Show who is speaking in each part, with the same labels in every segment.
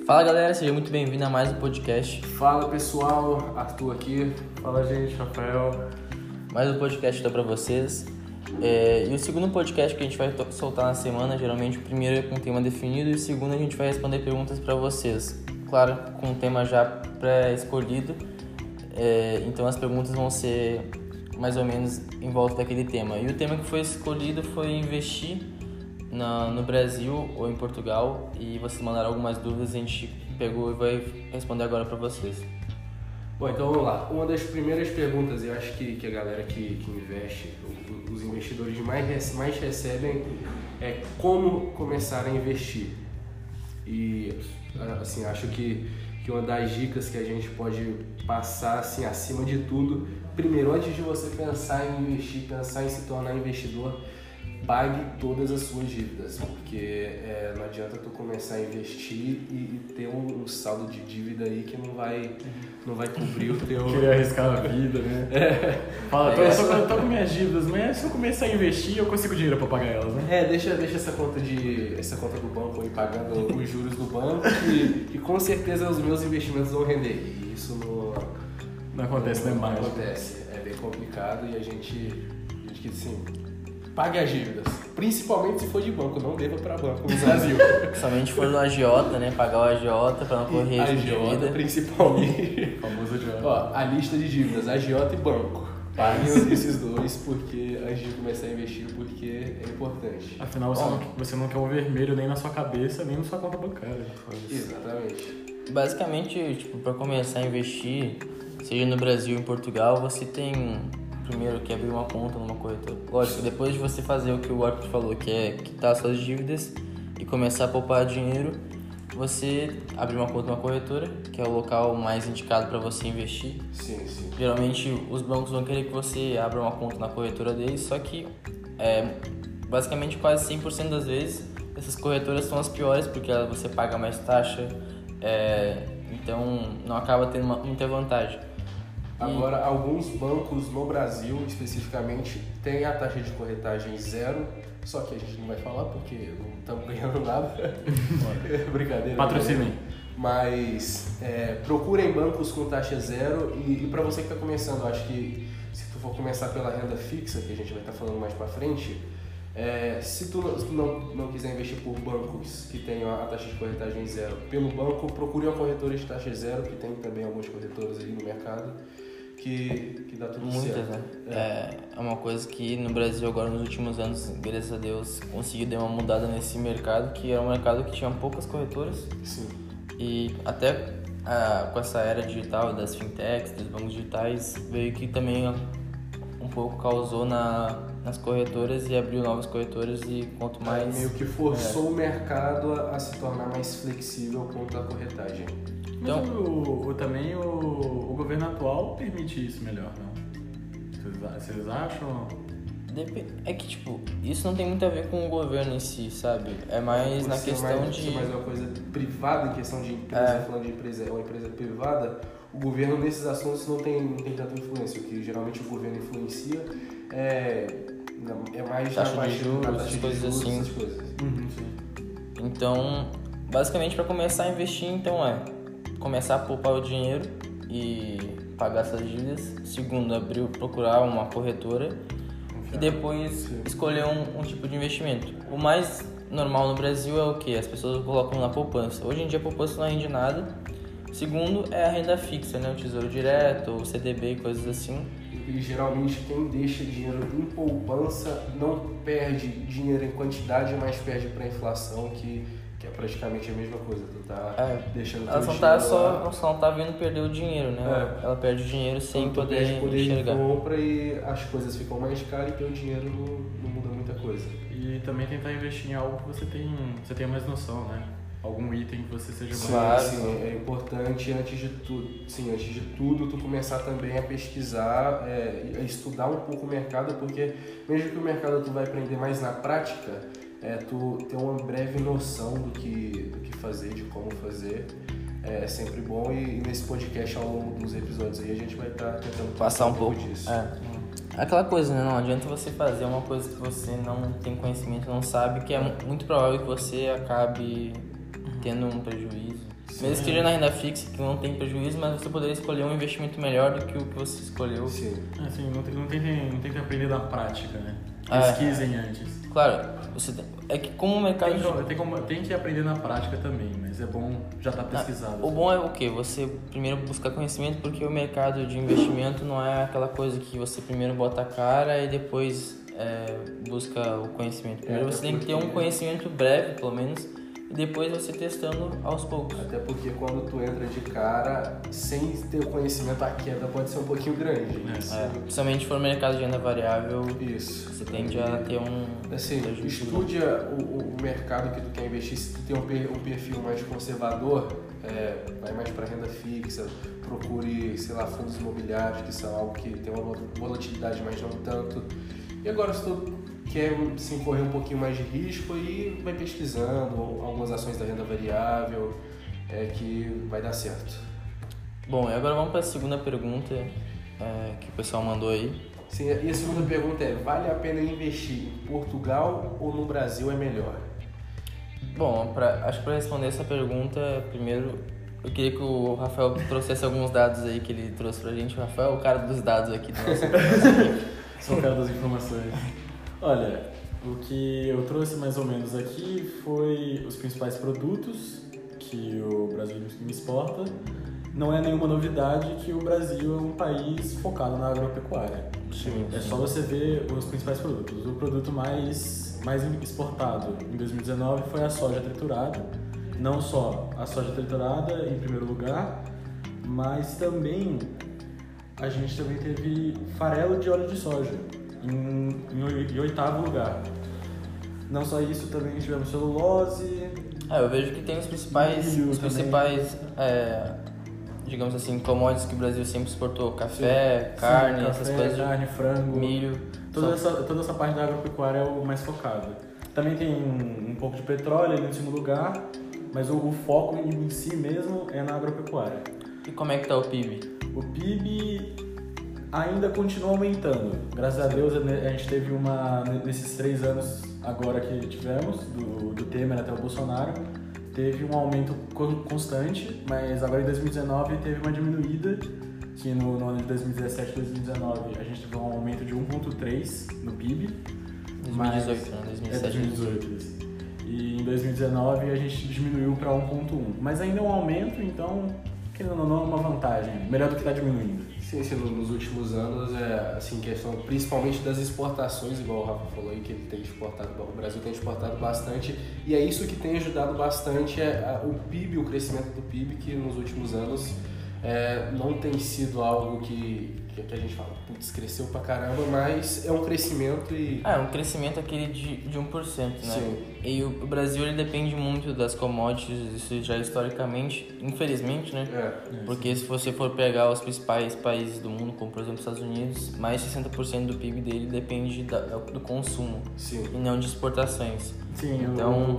Speaker 1: Fala galera, seja muito bem-vindo a mais um podcast.
Speaker 2: Fala pessoal, Arthur aqui.
Speaker 3: Fala gente, Rafael.
Speaker 1: Mais um podcast pra vocês. E o segundo podcast que a gente vai soltar na semana, geralmente o primeiro é com um tema definido e o segundo a gente vai responder perguntas pra vocês. Claro, com um tema já pré-escolhido, então as perguntas vão ser mais ou menos em volta daquele tema. E o tema que foi escolhido foi investir no Brasil ou em Portugal, e vocês mandaram algumas dúvidas, a gente pegou e vai responder agora para vocês.
Speaker 2: Bom, então vamos lá. Uma das primeiras perguntas, eu acho que a galera que investe, os investidores mais recebem, é como começar a investir. E assim, acho que uma das dicas que a gente pode passar, assim, acima de tudo, primeiro, antes de você pensar em investir, pensar em se tornar investidor, pague todas as suas dívidas, porque não adianta tu começar a investir e ter um saldo de dívida aí que não vai cobrir o teu...
Speaker 3: Querer arriscar a vida, né? Fala, tô com minhas dívidas, mas se eu começar a investir, eu consigo dinheiro pra pagar elas, né?
Speaker 2: Deixa essa conta do banco aí pagando os juros do banco e com certeza os meus investimentos vão render. E isso
Speaker 3: não acontece, né?
Speaker 2: Não acontece, é bem complicado e a gente que assim... Pague as dívidas, principalmente se for de banco, não deva para banco no Brasil.
Speaker 1: Somente for no agiota, né? Pagar o agiota para não correr risco de vida.
Speaker 2: Principalmente.
Speaker 3: O famoso agiota.
Speaker 2: Ó, a lista de dívidas, agiota e banco. Paguem esses dois porque antes de começar a investir, porque é importante.
Speaker 3: Afinal, você não quer o vermelho nem na sua cabeça, nem na sua conta bancária.
Speaker 2: Exatamente.
Speaker 1: Basicamente, para começar a investir, seja no Brasil ou em Portugal, você tem... Primeiro que abrir uma conta numa corretora. Lógico, depois de você fazer o que o Arthur falou, que é quitar suas dívidas e começar a poupar dinheiro, você abrir uma conta numa corretora, que é o local mais indicado para você investir.
Speaker 2: Sim.
Speaker 1: Geralmente os bancos vão querer que você abra uma conta na corretora deles, só que basicamente quase 100% das vezes essas corretoras são as piores porque você paga mais taxa, então não acaba tendo muita vantagem.
Speaker 2: Agora, alguns bancos no Brasil, especificamente, têm a taxa de corretagem zero, só que a gente não vai falar porque não estamos ganhando nada. Brincadeira.
Speaker 3: Patrocinem.
Speaker 2: Mas procurem bancos com taxa zero e para você que está começando, acho que se tu for começar pela renda fixa, que a gente vai estar falando mais para frente, se tu não quiser investir por bancos que tenham a taxa de corretagem zero pelo banco, procure uma corretora de taxa zero, que tem também algumas corretoras aí no mercado, que dá tudo
Speaker 1: muitas,
Speaker 2: certo.
Speaker 1: Né? É uma coisa que no Brasil agora nos últimos anos, graças a Deus, conseguiu dar uma mudada nesse mercado, que era um mercado que tinha poucas corretoras.
Speaker 2: Sim.
Speaker 1: E até com essa era digital das fintechs, dos bancos digitais, veio que também um pouco causou nas corretoras e abriu novas corretoras e quanto mais...
Speaker 2: Meio que forçou o mercado a se tornar mais flexível quanto à corretagem.
Speaker 3: Então, mas também o governo atual permite isso melhor, não? Vocês acham?
Speaker 1: É que, tipo, isso não tem muito a ver com o governo em si, sabe? É mais na questão de...
Speaker 2: Se é mais uma coisa privada, em questão de empresa, falando de empresa, é uma empresa privada, o governo nesses assuntos não tem tanta influência. O que geralmente o governo influencia é mais
Speaker 1: taxa de juros, essas coisas assim.
Speaker 2: Sim.
Speaker 1: Então, basicamente, para começar a investir, começar a poupar o dinheiro e pagar essas dívidas. Segundo, procurar uma corretora e depois escolher um tipo de investimento. O mais normal no Brasil é o que? As pessoas colocam na poupança. Hoje em dia a poupança não rende nada. Segundo é a renda fixa, né? O Tesouro Direto, o CDB e coisas assim.
Speaker 2: E geralmente quem deixa dinheiro em poupança não perde dinheiro em quantidade, mas perde para a inflação, que é praticamente a mesma coisa. Tu tá deixando
Speaker 1: ela só não tá vendo perder o dinheiro, né? Ela perde o dinheiro sem poder enxergar.
Speaker 2: De compra e as coisas ficam mais caras e teu dinheiro não muda muita coisa.
Speaker 3: E também tentar investir em algo que você tenha mais noção, né? Algum item que você seja mais...
Speaker 1: Claro.
Speaker 2: Sim, é importante antes de tudo tu começar também a pesquisar, a estudar um pouco o mercado, porque mesmo que o mercado tu vai aprender mais na prática, tu ter uma breve noção do que fazer, de como fazer, é sempre bom. E nesse podcast, ao longo dos episódios aí, a gente vai estar tentando
Speaker 1: passar um pouco
Speaker 2: disso.
Speaker 1: Aquela coisa, né? Não adianta você fazer uma coisa que você não tem conhecimento, não sabe, que é muito provável que você acabe tendo um prejuízo. Mesmo que esteja na renda fixa, que não tem prejuízo, mas você poderia escolher um investimento melhor do que o que você escolheu.
Speaker 2: Sim.
Speaker 3: Assim, não tem que aprender na prática, né? Pesquisem antes.
Speaker 1: Claro, é que como o mercado...
Speaker 3: Tem que aprender na prática também, mas é bom já estar pesquisado.
Speaker 1: O bom é o quê? Você primeiro buscar conhecimento, porque o mercado de investimento não é aquela coisa que você primeiro bota a cara e depois busca o conhecimento. Primeiro você tem que ter um conhecimento breve, pelo menos, e depois você testando aos poucos.
Speaker 2: Até porque quando tu entra de cara, sem ter o conhecimento, a queda pode ser um pouquinho grande.
Speaker 1: Principalmente se for mercado de renda variável,
Speaker 2: Isso.
Speaker 1: você tende a ter um...
Speaker 2: Assim, estude o mercado que tu quer investir. Se tu tem um perfil mais conservador, vai mais para renda fixa, procure, sei lá, fundos imobiliários, que são algo que tem uma volatilidade, mas não tanto. E agora, se tu quer se incorrer um pouquinho mais de risco, aí vai pesquisando algumas ações da renda variável, que vai dar certo.
Speaker 1: Bom, e agora vamos para a segunda pergunta que o pessoal mandou aí.
Speaker 2: Sim, e a segunda pergunta vale a pena investir em Portugal ou no Brasil é melhor?
Speaker 1: Bom, acho que para responder essa pergunta, primeiro eu queria que o Rafael trouxesse alguns dados aí que ele trouxe pra gente. O Rafael é o cara dos dados aqui do nosso
Speaker 3: Sou o cara das informações. Olha, o que eu trouxe mais ou menos aqui foi os principais produtos que o Brasil exporta. Não é nenhuma novidade que o Brasil é um país focado na agropecuária.
Speaker 1: Sim.
Speaker 3: É só você ver os principais produtos. O produto mais exportado em 2019 foi a soja triturada. Não só a soja triturada em primeiro lugar, mas também a gente também teve farelo de óleo de soja em oitavo lugar. Não só isso, também tivemos celulose.
Speaker 1: Eu vejo que tem os principais digamos assim, commodities que o Brasil sempre exportou: café, carne, essas coisas.
Speaker 3: Carne, frango,
Speaker 1: milho.
Speaker 3: Toda essa parte da agropecuária é o mais focado. Também tem um pouco de petróleo ali em segundo lugar, mas o foco em si mesmo é na agropecuária.
Speaker 1: E como é que tá o PIB?
Speaker 3: O PIB ainda continua aumentando. Graças a Deus a gente teve nesses 3 anos agora que tivemos, do Temer até o Bolsonaro, teve um aumento constante, mas agora em 2019 teve uma diminuída, que no ano de 2017 e 2019 a gente teve um aumento de 1,3 no PIB.
Speaker 1: 2018, né?
Speaker 3: 2018. E em 2019 a gente diminuiu para 1,1. Mas ainda é um aumento, então, querendo ou não, é uma vantagem. Melhor do que está diminuindo.
Speaker 2: Sim, nos últimos anos, assim, questão principalmente das exportações, igual o Rafa falou aí, que ele tem exportado, o Brasil tem exportado bastante, e é isso que tem ajudado bastante o PIB, o crescimento do PIB, que nos últimos anos não tem sido algo que a gente fala, putz, cresceu pra caramba, mas é um crescimento e...
Speaker 1: um crescimento aquele de 1%, né?
Speaker 2: Sim.
Speaker 1: E o Brasil, ele depende muito das commodities, isso já historicamente, infelizmente, né? Porque se você for pegar os principais países do mundo, como por exemplo os Estados Unidos, mais de 60% do PIB dele depende do consumo.
Speaker 2: Sim.
Speaker 1: E não de exportações.
Speaker 3: Sim,
Speaker 1: então,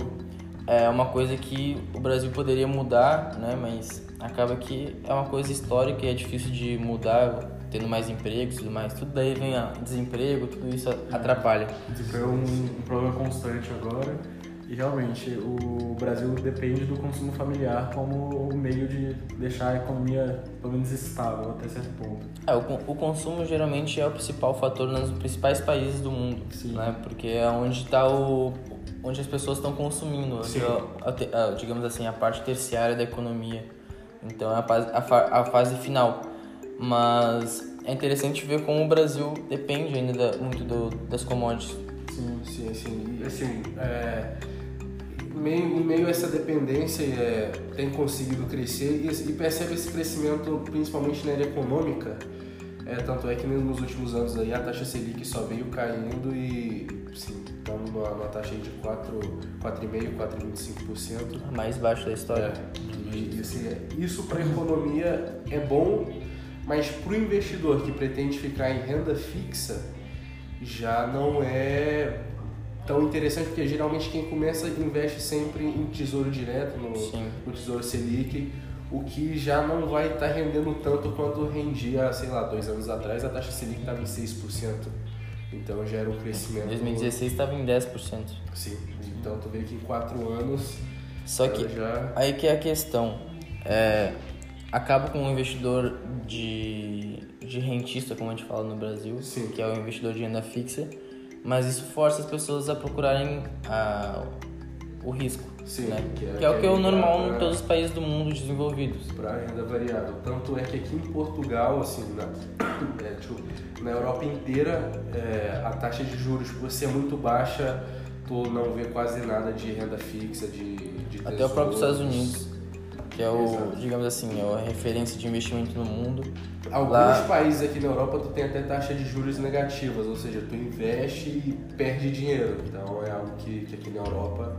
Speaker 1: é uma coisa que o Brasil poderia mudar, né? Mas acaba que é uma coisa histórica e é difícil de mudar, tendo mais empregos e tudo mais. Tudo daí vem desemprego, tudo isso atrapalha.
Speaker 3: Desemprego é um problema constante agora. E realmente, o Brasil depende do consumo familiar como o meio de deixar a economia, pelo menos, estável até certo ponto.
Speaker 1: O consumo geralmente é o principal fator nos principais países do mundo, né? Porque é onde está onde as pessoas estão consumindo, digamos assim, a parte terciária da economia. Então é a fase final. Mas é interessante ver como o Brasil depende ainda muito das commodities.
Speaker 2: Sim. E assim, em meio a essa dependência, tem conseguido crescer e percebe esse crescimento principalmente na área econômica. Tanto é que nos últimos anos aí, a taxa Selic só veio caindo e estamos numa taxa aí de 4,5%, 4,25%.
Speaker 1: A mais baixa da história.
Speaker 2: E assim, isso para a economia é bom, mas para o investidor que pretende ficar em renda fixa já não é tão interessante, porque geralmente quem começa investe sempre em tesouro direto, no tesouro Selic, o que já não vai estar rendendo tanto quanto rendia, 2 anos atrás, a taxa Selic estava em 6%. Então já era um crescimento...
Speaker 1: Em 2016 estava em 10%.
Speaker 2: Sim, então tu vê que em 4 anos...
Speaker 1: Só que aí que é a questão. acaba com um investidor de rentista, como a gente fala no Brasil,
Speaker 2: Sim.
Speaker 1: que é o investidor de renda fixa, mas isso força as pessoas a procurarem o risco.
Speaker 2: Sim,
Speaker 1: né?
Speaker 2: que
Speaker 1: é o que é o normal
Speaker 2: pra,
Speaker 1: em todos os países do mundo desenvolvidos.
Speaker 2: Para renda variável. Tanto é que aqui em Portugal, assim, na Europa inteira, a taxa de juros, por ser muito baixa, tu não vê quase nada de renda fixa, de
Speaker 1: Até o próprio Estados Unidos, que é
Speaker 2: Exato.
Speaker 1: digamos assim, é a referência de investimento no mundo.
Speaker 2: Alguns países aqui na Europa tu tem até taxa de juros negativas, ou seja, tu investe e perde dinheiro. Então é algo que aqui na Europa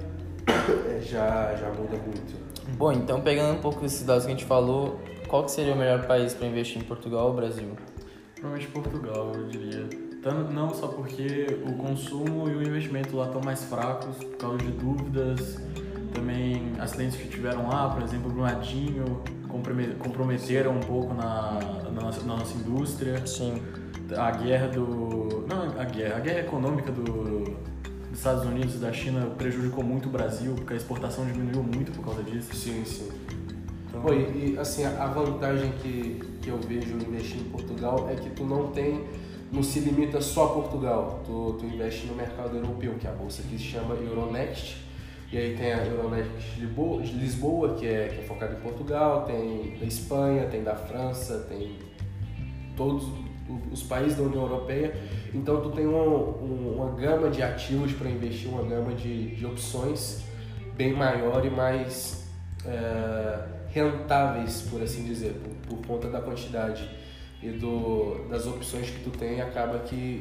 Speaker 2: já muda muito.
Speaker 1: Bom, então pegando um pouco desses dados que a gente falou, qual que seria o melhor país para investir em Portugal ou Brasil?
Speaker 3: Provavelmente Portugal, eu diria. Não só porque o consumo e o investimento lá estão mais fracos por causa de dúvidas, também acidentes que tiveram lá, por exemplo, o Brumadinho, comprometeram um pouco na nossa indústria.
Speaker 1: Sim.
Speaker 3: A guerra econômica dos Estados Unidos e da China prejudicou muito o Brasil, porque a exportação diminuiu muito por causa disso.
Speaker 2: Sim.
Speaker 3: Então,
Speaker 2: Pô, e assim, a vantagem que eu vejo em investir em Portugal é que tu não se limita só a Portugal. Tu investe no mercado europeu, que é a bolsa que se chama Euronext. E aí tem a Euronext Lisboa, que é focada em Portugal, tem da Espanha, tem da França, tem todos os países da União Europeia. Então tu tem uma gama de ativos para investir, uma gama de opções bem maior e mais rentáveis, por assim dizer, por conta da quantidade e das opções que tu tem. Acaba que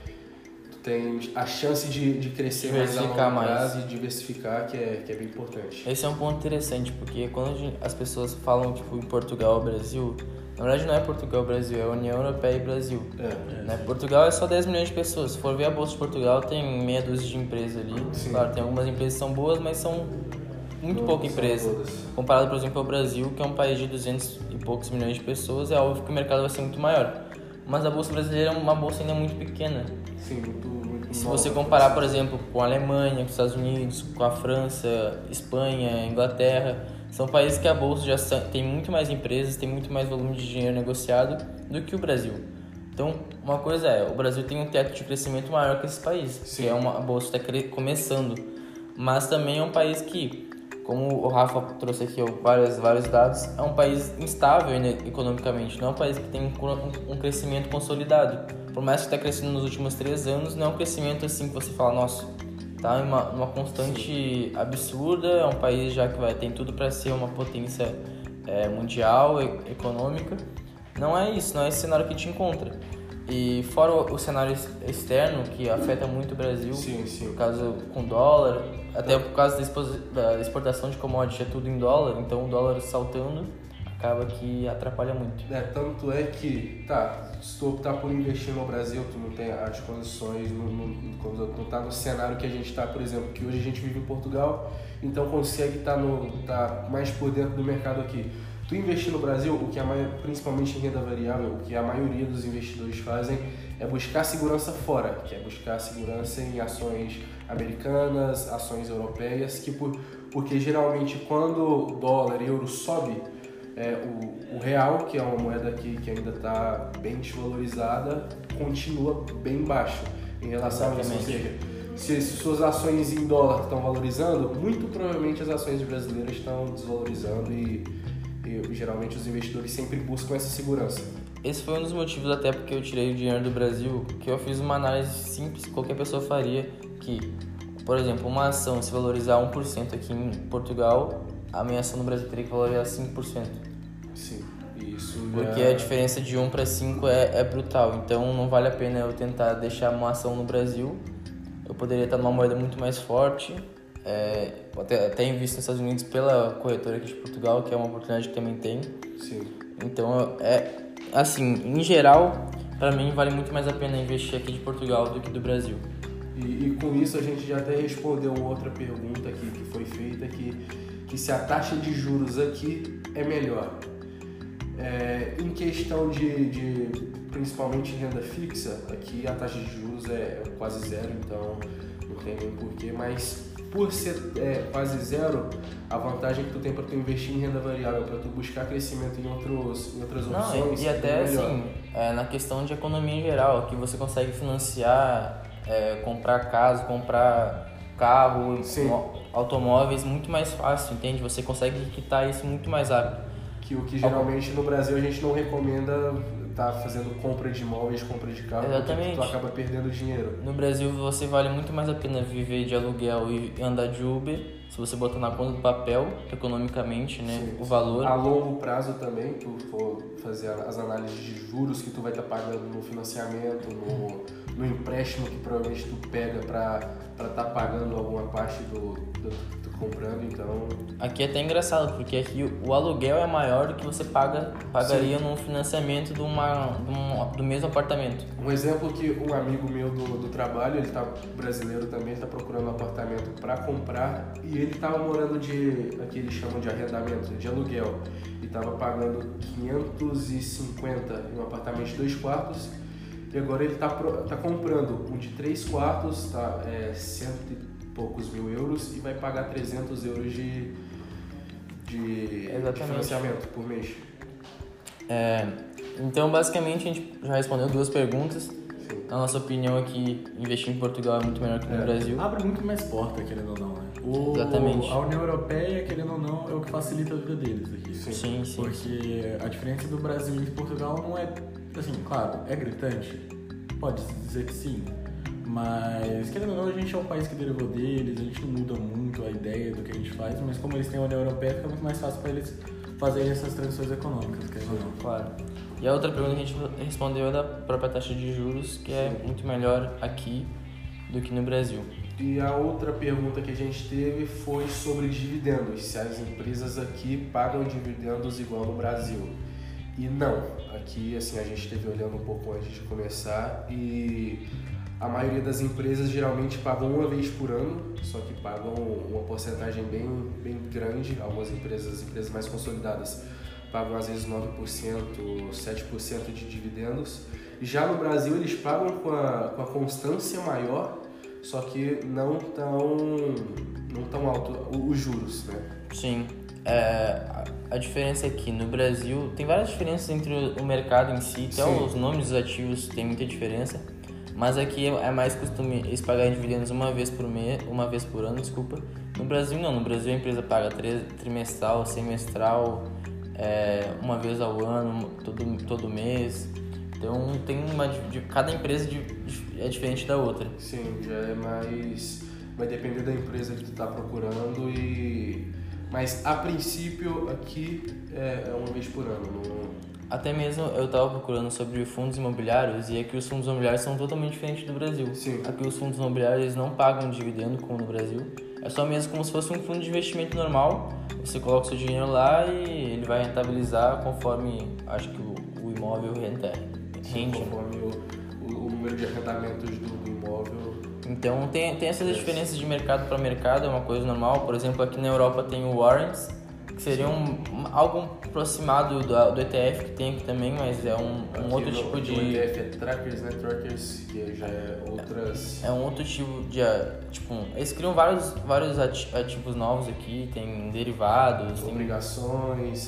Speaker 2: tu tem a chance de crescer mais a longo prazo e diversificar, que é bem importante.
Speaker 1: Esse é um ponto interessante, porque quando as pessoas falam tipo, em Portugal ou Brasil, na verdade não é Portugal ou Brasil, é a União Europeia e Brasil. Né? Portugal é só 10 milhões de pessoas. Se for ver a Bolsa de Portugal, tem meia dúzia de empresas ali.
Speaker 2: Sim.
Speaker 1: Claro, tem algumas empresas que são boas, mas são muito pouca empresa. Comparado, por exemplo, ao Brasil, que é um país de 200 e poucos milhões de pessoas, é óbvio que o mercado vai ser muito maior. Mas a Bolsa brasileira é uma bolsa ainda muito pequena.
Speaker 2: Sim, muito
Speaker 1: Se
Speaker 2: nova,
Speaker 1: você comparar, por exemplo, com a Alemanha, com os Estados Unidos, com a França, Espanha, Inglaterra, são países que a bolsa já tem muito mais empresas, tem muito mais volume de dinheiro negociado do que o Brasil. Então, uma coisa o Brasil tem um teto de crescimento maior que esses países,
Speaker 2: Sim.
Speaker 1: que é uma bolsa que está começando, mas também é um país que, como o Rafa trouxe aqui vários dados, é um país instável economicamente, não é um país que tem um crescimento consolidado. Por mais que está crescendo nos últimos 3 anos, não é um crescimento assim que você fala, nossa, tá uma constante absurda, é um país já que tem tudo para ser uma potência mundial, econômica. Não é isso, não é esse cenário que te encontra. E fora o cenário externo, que afeta muito o Brasil,
Speaker 2: Sim.
Speaker 1: por causa com dólar, até por causa da exportação de commodities, é tudo em dólar, então o dólar saltando acaba que atrapalha muito.
Speaker 2: Tanto é que, se tu optar por investir no Brasil, tu não tem as condições, não tá no cenário que a gente está, por exemplo, que hoje a gente vive em Portugal, então consegue tá mais por dentro do mercado aqui. Tu investir no Brasil, o que principalmente em renda variável, o que a maioria dos investidores fazem é buscar segurança fora, que é buscar segurança em ações americanas, ações europeias, porque geralmente quando dólar e euro sobe, o real, que é uma moeda que ainda está bem desvalorizada, continua bem baixo em relação a isso. Ou seja, se suas ações em dólar estão valorizando, muito provavelmente as ações brasileiras estão desvalorizando e geralmente os investidores sempre buscam essa segurança.
Speaker 1: Esse foi um dos motivos até porque eu tirei o dinheiro do Brasil, que eu fiz uma análise simples que qualquer pessoa faria, que, por exemplo, uma ação se valorizar 1% aqui em Portugal, a minha ação no Brasil teria que valorizar 5%.
Speaker 2: Sim, isso.
Speaker 1: Porque a diferença de 1 para 5 é brutal, então não vale a pena eu tentar deixar uma ação no Brasil. Eu poderia estar numa moeda muito mais forte, até invisto nos Estados Unidos pela corretora aqui de Portugal, que é uma oportunidade que também tem.
Speaker 2: Sim.
Speaker 1: Então, assim, em geral, para mim vale muito mais a pena investir aqui de Portugal do que do Brasil.
Speaker 2: E com isso a gente já até respondeu uma outra pergunta aqui que foi feita, que se a taxa de juros aqui é melhor. Em questão de principalmente renda fixa, aqui a taxa de juros é quase zero, então não tem nem porquê, mas por ser quase zero, a vantagem que tu tem para tu investir em renda variável, para tu buscar crescimento em outras opções.
Speaker 1: E até assim, na questão de economia em geral, que você consegue financiar, comprar casa, comprar carro, automóveis muito mais fácil, entende? Você consegue quitar isso muito mais rápido.
Speaker 2: Que o que geralmente no Brasil a gente não recomenda tá fazendo compra de imóveis, compra de carro,
Speaker 1: Exatamente.
Speaker 2: porque tu acaba perdendo dinheiro.
Speaker 1: No Brasil você vale muito mais a pena viver de aluguel e andar de Uber, se você botar na conta do papel, economicamente, né,
Speaker 2: Sim.
Speaker 1: o valor.
Speaker 2: A longo prazo também, tu for fazer as análises de juros que tu vai estar pagando no financiamento, no empréstimo que provavelmente tu pega para estar pagando alguma parte do que tu comprando, então...
Speaker 1: Aqui é até engraçado, porque aqui o aluguel é maior do que você pagaria num financiamento do mesmo apartamento.
Speaker 2: Um exemplo que um amigo meu do trabalho, ele tá brasileiro também, ele tá procurando um apartamento para comprar e ele tava morando aqui eles chamam de arrendamento, de aluguel, e tava pagando 550 em um apartamento de 2 quartos e agora ele tá comprando um de 3 quartos, tá 100 e poucos mil euros e vai pagar 300 euros de financiamento por mês.
Speaker 3: Então, basicamente, a gente já respondeu 2 perguntas.
Speaker 2: Sim.
Speaker 3: Na nossa opinião aqui, investir em Portugal é muito melhor que no Brasil.
Speaker 4: Abre muito mais porta, querendo ou não, né?
Speaker 3: Exatamente.
Speaker 4: A União Europeia, querendo ou não, é o que facilita a vida deles aqui.
Speaker 3: Sim.
Speaker 4: Porque a diferença do Brasil e de Portugal não é, assim, claro, é gritante. Pode-se dizer que sim. Mas, querendo ou não, a gente é um país que derivou deles, a gente não muda muito a ideia do que a gente faz, mas como eles têm a União Europeia, fica muito mais fácil para eles fazerem essas transições econômicas, querendo ou não.
Speaker 3: Claro. E a outra pergunta que a gente respondeu é da própria taxa de juros, que é muito melhor aqui do que no Brasil.
Speaker 2: E a outra pergunta que a gente teve foi sobre dividendos, se as empresas aqui pagam dividendos igual no Brasil. E não, aqui assim a gente esteve olhando um pouco antes de começar e a maioria das empresas geralmente pagam uma vez por ano, só que pagam uma porcentagem bem grande. Algumas empresas mais consolidadas pagam às vezes 9%, 7% de dividendos. E já no Brasil eles pagam com a constância maior, só que não tão alto os juros, né?
Speaker 1: Sim. A diferença aqui no Brasil tem várias diferenças entre o mercado em si, até os nomes dos ativos tem muita diferença, mas aqui é mais costume eles pagarem dividendos uma vez por ano, desculpa. No Brasil não, no Brasil a empresa paga trimestral, semestral, uma vez ao ano, todo mês. Então cada empresa é diferente da outra.
Speaker 2: Sim, já é mais, vai depender da empresa que tu tá procurando mas a princípio aqui é uma vez por ano.
Speaker 1: Até mesmo eu estava procurando sobre fundos imobiliários e aqui os fundos imobiliários são totalmente diferentes do Brasil.
Speaker 2: Sim.
Speaker 1: Aqui os fundos imobiliários não pagam dividendo como no Brasil. É só mesmo como se fosse um fundo de investimento normal. Você coloca o seu dinheiro lá e ele vai rentabilizar conforme acho que o imóvel rende.
Speaker 2: Conforme o número de arrendamentos do imóvel.
Speaker 1: Então tem essas diferenças de mercado para mercado, é uma coisa normal. Por exemplo, aqui na Europa tem o Warrants, que seria algo aproximado do ETF que tem aqui também, mas é um outro tipo de...
Speaker 2: O ETF é Trackers, né? Trackers, que já é outras...
Speaker 1: É um outro tipo de... eles criam vários ativos novos aqui, tem derivados...
Speaker 2: Obrigações,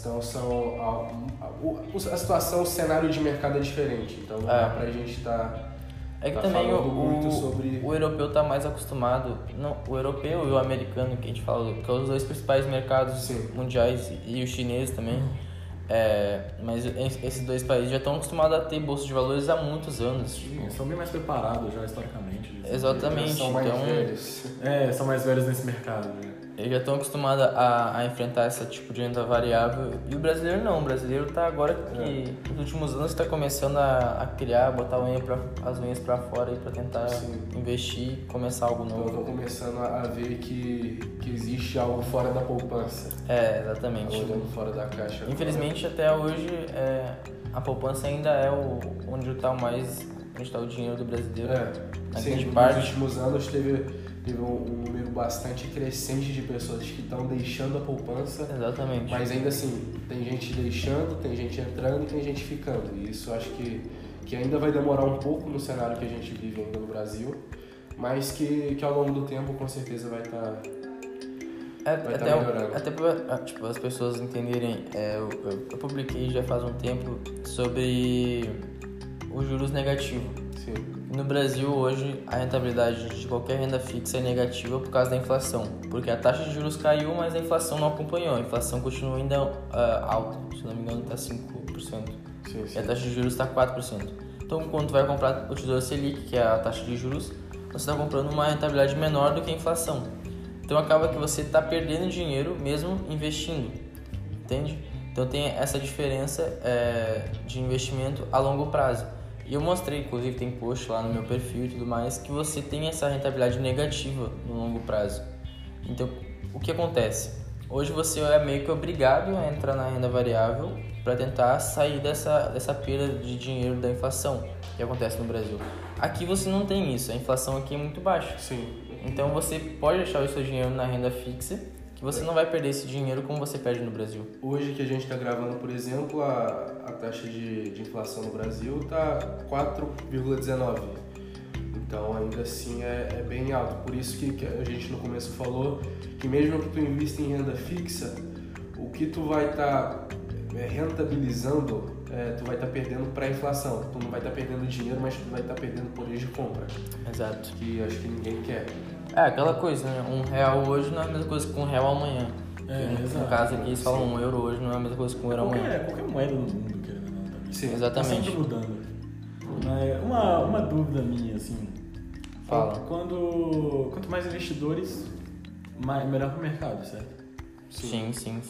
Speaker 2: a situação, o cenário de mercado é diferente, então não dá pra gente estar...
Speaker 1: É que também
Speaker 2: sobre...
Speaker 1: o europeu está mais acostumado, não, o europeu e o americano que a gente fala, que são os 2 principais mercados mundiais e os chineses também, mas esses 2 países já estão acostumados a ter bolsa de valores há muitos anos.
Speaker 4: São bem mais preparados já historicamente.
Speaker 1: Exatamente.
Speaker 2: São mais velhos.
Speaker 4: São mais velhos nesse mercado, né?
Speaker 1: Eles já estão acostumados a enfrentar esse tipo de renda variável. E o brasileiro não. O brasileiro está agora que nos últimos anos está começando a criar, botar as unhas para fora para tentar investir, começar algo novo.
Speaker 2: Então estão começando a ver que existe algo fora da poupança.
Speaker 1: Exatamente.
Speaker 2: Olhando fora da caixa.
Speaker 1: Infelizmente até hoje a poupança ainda é onde está o dinheiro do brasileiro.
Speaker 2: Nos últimos anos teve um número bastante crescente de pessoas que estão deixando a poupança.
Speaker 1: Exatamente.
Speaker 2: Mas ainda assim, tem gente deixando, tem gente entrando e tem gente ficando. E isso acho que ainda vai demorar um pouco no cenário que a gente vive ainda no Brasil. mas que ao longo do tempo com certeza vai estar melhorando.
Speaker 1: Até para tipo, as pessoas entenderem, eu publiquei já faz um tempo sobre os juros negativos.
Speaker 2: Sim.
Speaker 1: No Brasil hoje a rentabilidade de qualquer renda fixa é negativa por causa da inflação, porque a taxa de juros caiu, mas a inflação não acompanhou, a inflação continua ainda alta, se não me engano está 5%,
Speaker 2: Sim.
Speaker 1: E a taxa de juros está 4%. Então quando tu vai comprar o Tesouro Selic, que é a taxa de juros, você está comprando uma rentabilidade menor do que a inflação. Então acaba que você está perdendo dinheiro mesmo investindo, entende? Então tem essa diferença de investimento a longo prazo. E eu mostrei, inclusive tem post lá no meu perfil e tudo mais, que você tem essa rentabilidade negativa no longo prazo. Então o que acontece? Hoje você é meio que obrigado a entrar na renda variável para tentar sair dessa perda de dinheiro da inflação que acontece no Brasil. Aqui você não tem isso, a inflação aqui é muito baixa.
Speaker 2: Sim.
Speaker 1: Então você pode deixar o seu dinheiro na renda fixa, que você não vai perder esse dinheiro como você perde no Brasil.
Speaker 2: Hoje que a gente está gravando, por exemplo, a taxa de inflação no Brasil está 4,19. Então ainda assim é bem alto. Por isso que a gente no começo falou que mesmo que tu invista em renda fixa, o que tu vai estar rentabilizando, tu vai estar perdendo para a inflação. Tu não vai estar perdendo dinheiro, mas tu vai estar perdendo poder de compra.
Speaker 1: Exato.
Speaker 2: Que acho que ninguém quer.
Speaker 1: Aquela coisa, né? R$1 hoje não é a mesma coisa que R$1 amanhã. No caso aqui, eles falam €1 hoje não é a mesma coisa que €1 amanhã.
Speaker 3: Qualquer moeda no mundo, querendo ou não, também.
Speaker 2: Sim,
Speaker 1: exatamente.
Speaker 3: Tá sempre mudando. Mas uma dúvida minha, assim.
Speaker 1: Fala.
Speaker 3: Quanto mais investidores, melhor para o mercado, certo?
Speaker 1: Sim.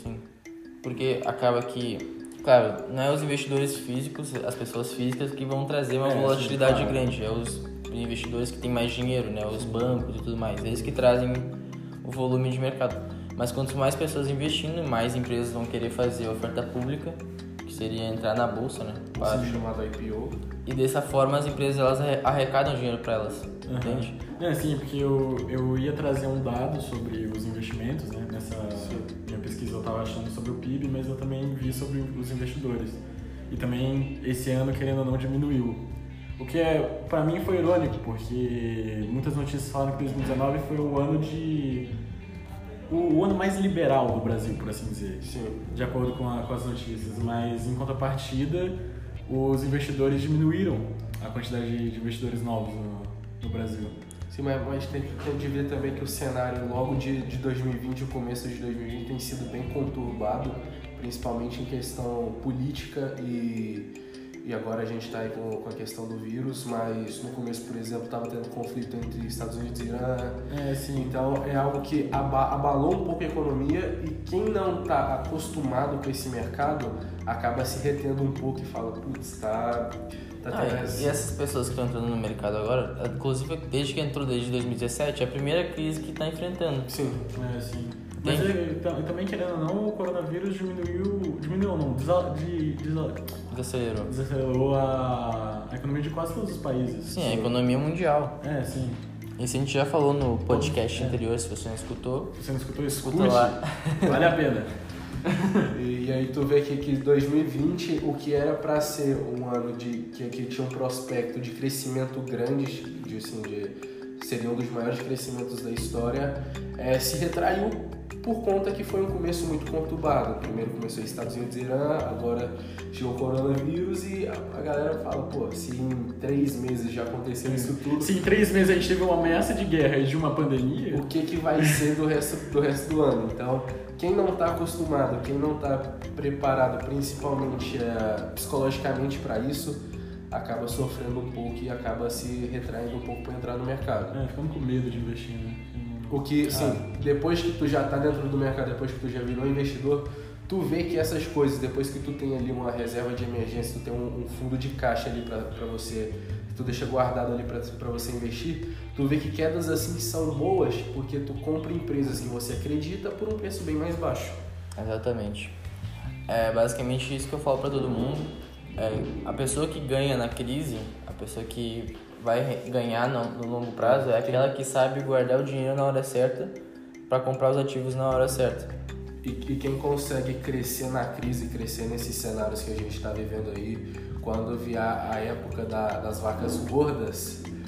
Speaker 1: Porque acaba que, claro, não é os investidores físicos, as pessoas físicas que vão trazer uma volatilidade
Speaker 3: sim, claro.
Speaker 1: grande, é os investidores que têm mais dinheiro, né? Os bancos e tudo mais, eles que trazem o volume de mercado. Mas quanto mais pessoas investindo, mais empresas vão querer fazer oferta pública, que seria entrar na bolsa, né?
Speaker 2: Isso chamado IPO.
Speaker 1: E dessa forma as empresas elas arrecadam dinheiro para elas, entende?
Speaker 3: Sim, porque eu ia trazer um dado sobre os investimentos, né? Nessa minha pesquisa eu estava achando sobre o PIB, mas eu também vi sobre os investidores. E também esse ano, querendo ou não, diminuiu. O que para mim foi irônico, porque muitas notícias falam que 2019 foi o ano mais liberal do Brasil, por assim dizer.
Speaker 2: Sim.
Speaker 3: De acordo com as notícias. Mas em contrapartida, os investidores diminuíram a quantidade de investidores novos no Brasil.
Speaker 2: Sim, mas tem de ver também que o cenário logo de 2020, o começo de 2020 tem sido bem conturbado, principalmente em questão política e agora a gente está aí com a questão do vírus, mas no começo, por exemplo, estava tendo conflito entre Estados Unidos e Irã.
Speaker 3: Sim.
Speaker 2: Então é algo que abalou um pouco a economia e quem não está acostumado com esse mercado acaba se retendo um pouco e fala, putz,
Speaker 1: E essas pessoas que estão entrando no mercado agora, inclusive desde que entrou desde 2017, é a primeira crise que está enfrentando.
Speaker 2: Sim.
Speaker 3: Sim. Mas também, querendo ou não, o coronavírus desacelerou a economia de quase todos os países.
Speaker 1: Sim, a economia mundial.
Speaker 3: Sim.
Speaker 1: Isso a gente já falou no podcast anterior, se você não escutou.
Speaker 3: Se você não escutou,
Speaker 1: escuta lá.
Speaker 3: Vale a pena.
Speaker 2: E aí tu vê que 2020, o que era para ser um ano que tinha um prospecto de crescimento grande, seria um dos maiores crescimentos da história, se retraiu por conta que foi um começo muito conturbado. Primeiro começou Estados Unidos e Irã, agora chegou o coronavírus e a galera fala, se em 3 meses já aconteceu isso tudo...
Speaker 3: Se em 3 meses a gente teve uma ameaça de guerra e de uma pandemia...
Speaker 2: O que vai ser do resto do ano? Então, quem não está acostumado, quem não está preparado, principalmente psicologicamente para isso, acaba sofrendo um pouco e acaba se retraindo um pouco para entrar no mercado.
Speaker 3: Ficando com medo de investir, né?
Speaker 2: O que, depois que tu já tá dentro do mercado, depois que tu já virou investidor, tu vê que essas coisas, depois que tu tem ali uma reserva de emergência, tu tem um fundo de caixa ali pra você, que tu deixa guardado ali pra você investir, tu vê que quedas assim são boas, porque tu compra empresas que você acredita por um preço bem mais baixo.
Speaker 1: Exatamente. É basicamente isso que eu falo pra todo mundo. A pessoa que ganha na crise, a pessoa que vai ganhar no longo prazo é aquela que sabe guardar o dinheiro na hora certa para comprar os ativos na hora certa.
Speaker 2: E quem consegue crescer na crise, crescer nesses cenários que a gente está vivendo aí, quando vier a época das vacas gordas,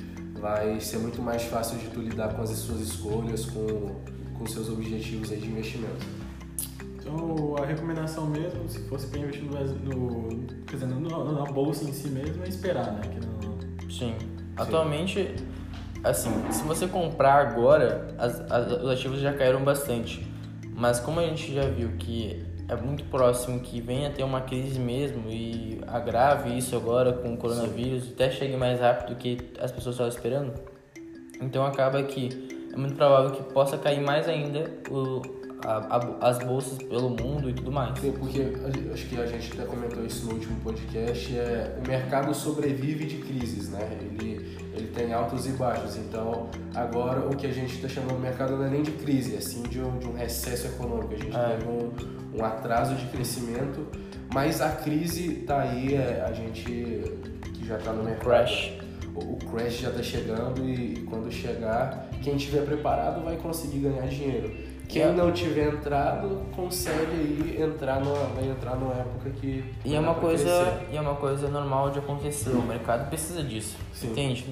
Speaker 2: vai ser muito mais fácil de tu lidar com as suas escolhas, com seus objetivos aí de investimento.
Speaker 3: Então, a recomendação mesmo, se fosse para investir quer dizer, na bolsa em si mesmo, é esperar, né?
Speaker 1: Sim. Atualmente, assim, se você comprar agora, os ativos já caíram bastante. Mas como a gente já viu que é muito próximo que venha a ter uma crise mesmo e agrave isso agora com o coronavírus, até chegue mais rápido do que as pessoas estavam esperando, então acaba que é muito provável que possa cair mais ainda as bolsas pelo mundo e tudo mais.
Speaker 2: Sim, porque acho que a gente até comentou isso no último podcast, o mercado sobrevive de crises, né? Ele tem altos e baixos, então agora o que a gente está chamando de mercado não é nem de crise, é sim de um recesso econômico, a gente teve um atraso de crescimento, mas a crise está aí, a gente que já está no mercado. O crash já está chegando e quando chegar, quem estiver preparado vai conseguir ganhar dinheiro. Quem não tiver entrado, consegue aí vai entrar numa época que
Speaker 1: é uma coisa normal de acontecer, o mercado precisa disso, entende?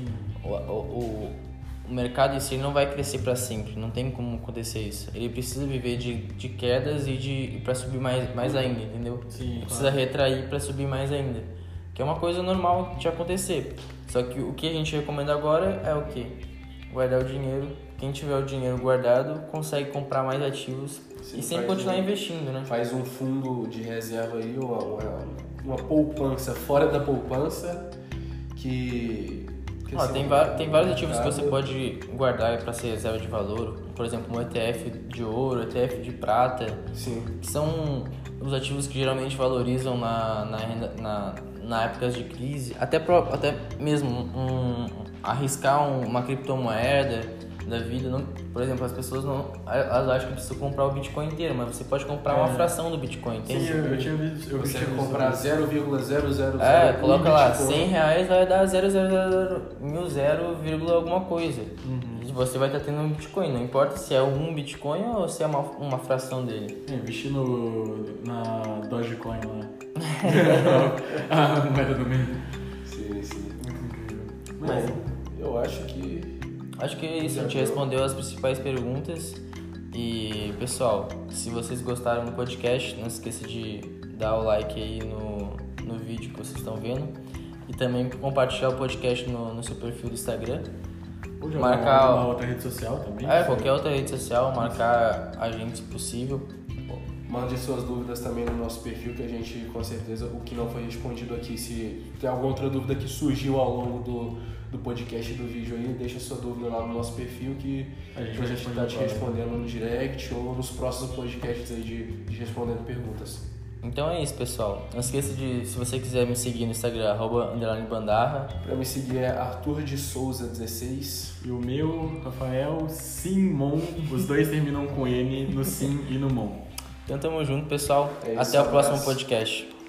Speaker 1: O mercado em si não vai crescer para sempre, não tem como acontecer isso. Ele precisa viver de quedas e para subir mais ainda, entendeu?
Speaker 3: Sim,
Speaker 1: precisa retrair para subir mais ainda, que é uma coisa normal de acontecer. Só que o que a gente recomenda agora é o quê? Guardar o dinheiro. Quem tiver o dinheiro guardado consegue comprar mais ativos e sempre continuar investindo, né?
Speaker 2: Faz um fundo de reserva aí, uma poupança fora da poupança que
Speaker 1: tem vários ativos que você pode guardar para ser reserva de valor, por exemplo, um ETF de ouro, ETF de prata, que são os ativos que geralmente valorizam na épocas de crise, até mesmo arriscar uma criptomoeda da vida, por exemplo, as pessoas elas acham que precisa comprar o Bitcoin inteiro, mas você pode comprar uma fração do Bitcoin, entende?
Speaker 3: Sim, eu tinha visto.
Speaker 2: Você comprar 0,000.
Speaker 1: Coloca lá, R$100 vai dar 0,000 alguma coisa. E você vai estar tendo um Bitcoin, não importa se é um Bitcoin ou se é uma fração dele.
Speaker 3: Investir na Dogecoin lá. A moeda do meio.
Speaker 2: Sim.
Speaker 3: Mas
Speaker 2: eu acho que
Speaker 1: é isso, a gente respondeu as principais perguntas. E pessoal, se vocês gostaram do podcast, não se esqueça de dar o like aí no vídeo que vocês estão vendo e também compartilhar o podcast no seu perfil do Instagram.
Speaker 3: Ou marcar uma outra rede social também.
Speaker 1: Qualquer outra rede social, marcar a gente se possível.
Speaker 2: Mande suas dúvidas também no nosso perfil, que a gente, com certeza, o que não foi respondido aqui, se tem alguma outra dúvida que surgiu ao longo do podcast, do vídeo aí, deixa sua dúvida lá no nosso perfil que a gente vai estar te respondendo no direct ou nos próximos podcasts aí de respondendo perguntas.
Speaker 1: Então é isso, pessoal. Não esqueça se você quiser me seguir no Instagram, @_bandarra.
Speaker 2: Pra me seguir é Arthur de Souza 16.
Speaker 3: E o meu, Rafael Simon, os dois terminam com N no Sim e no Mon.
Speaker 1: Então tamo junto, pessoal.
Speaker 2: Até
Speaker 1: o próximo podcast.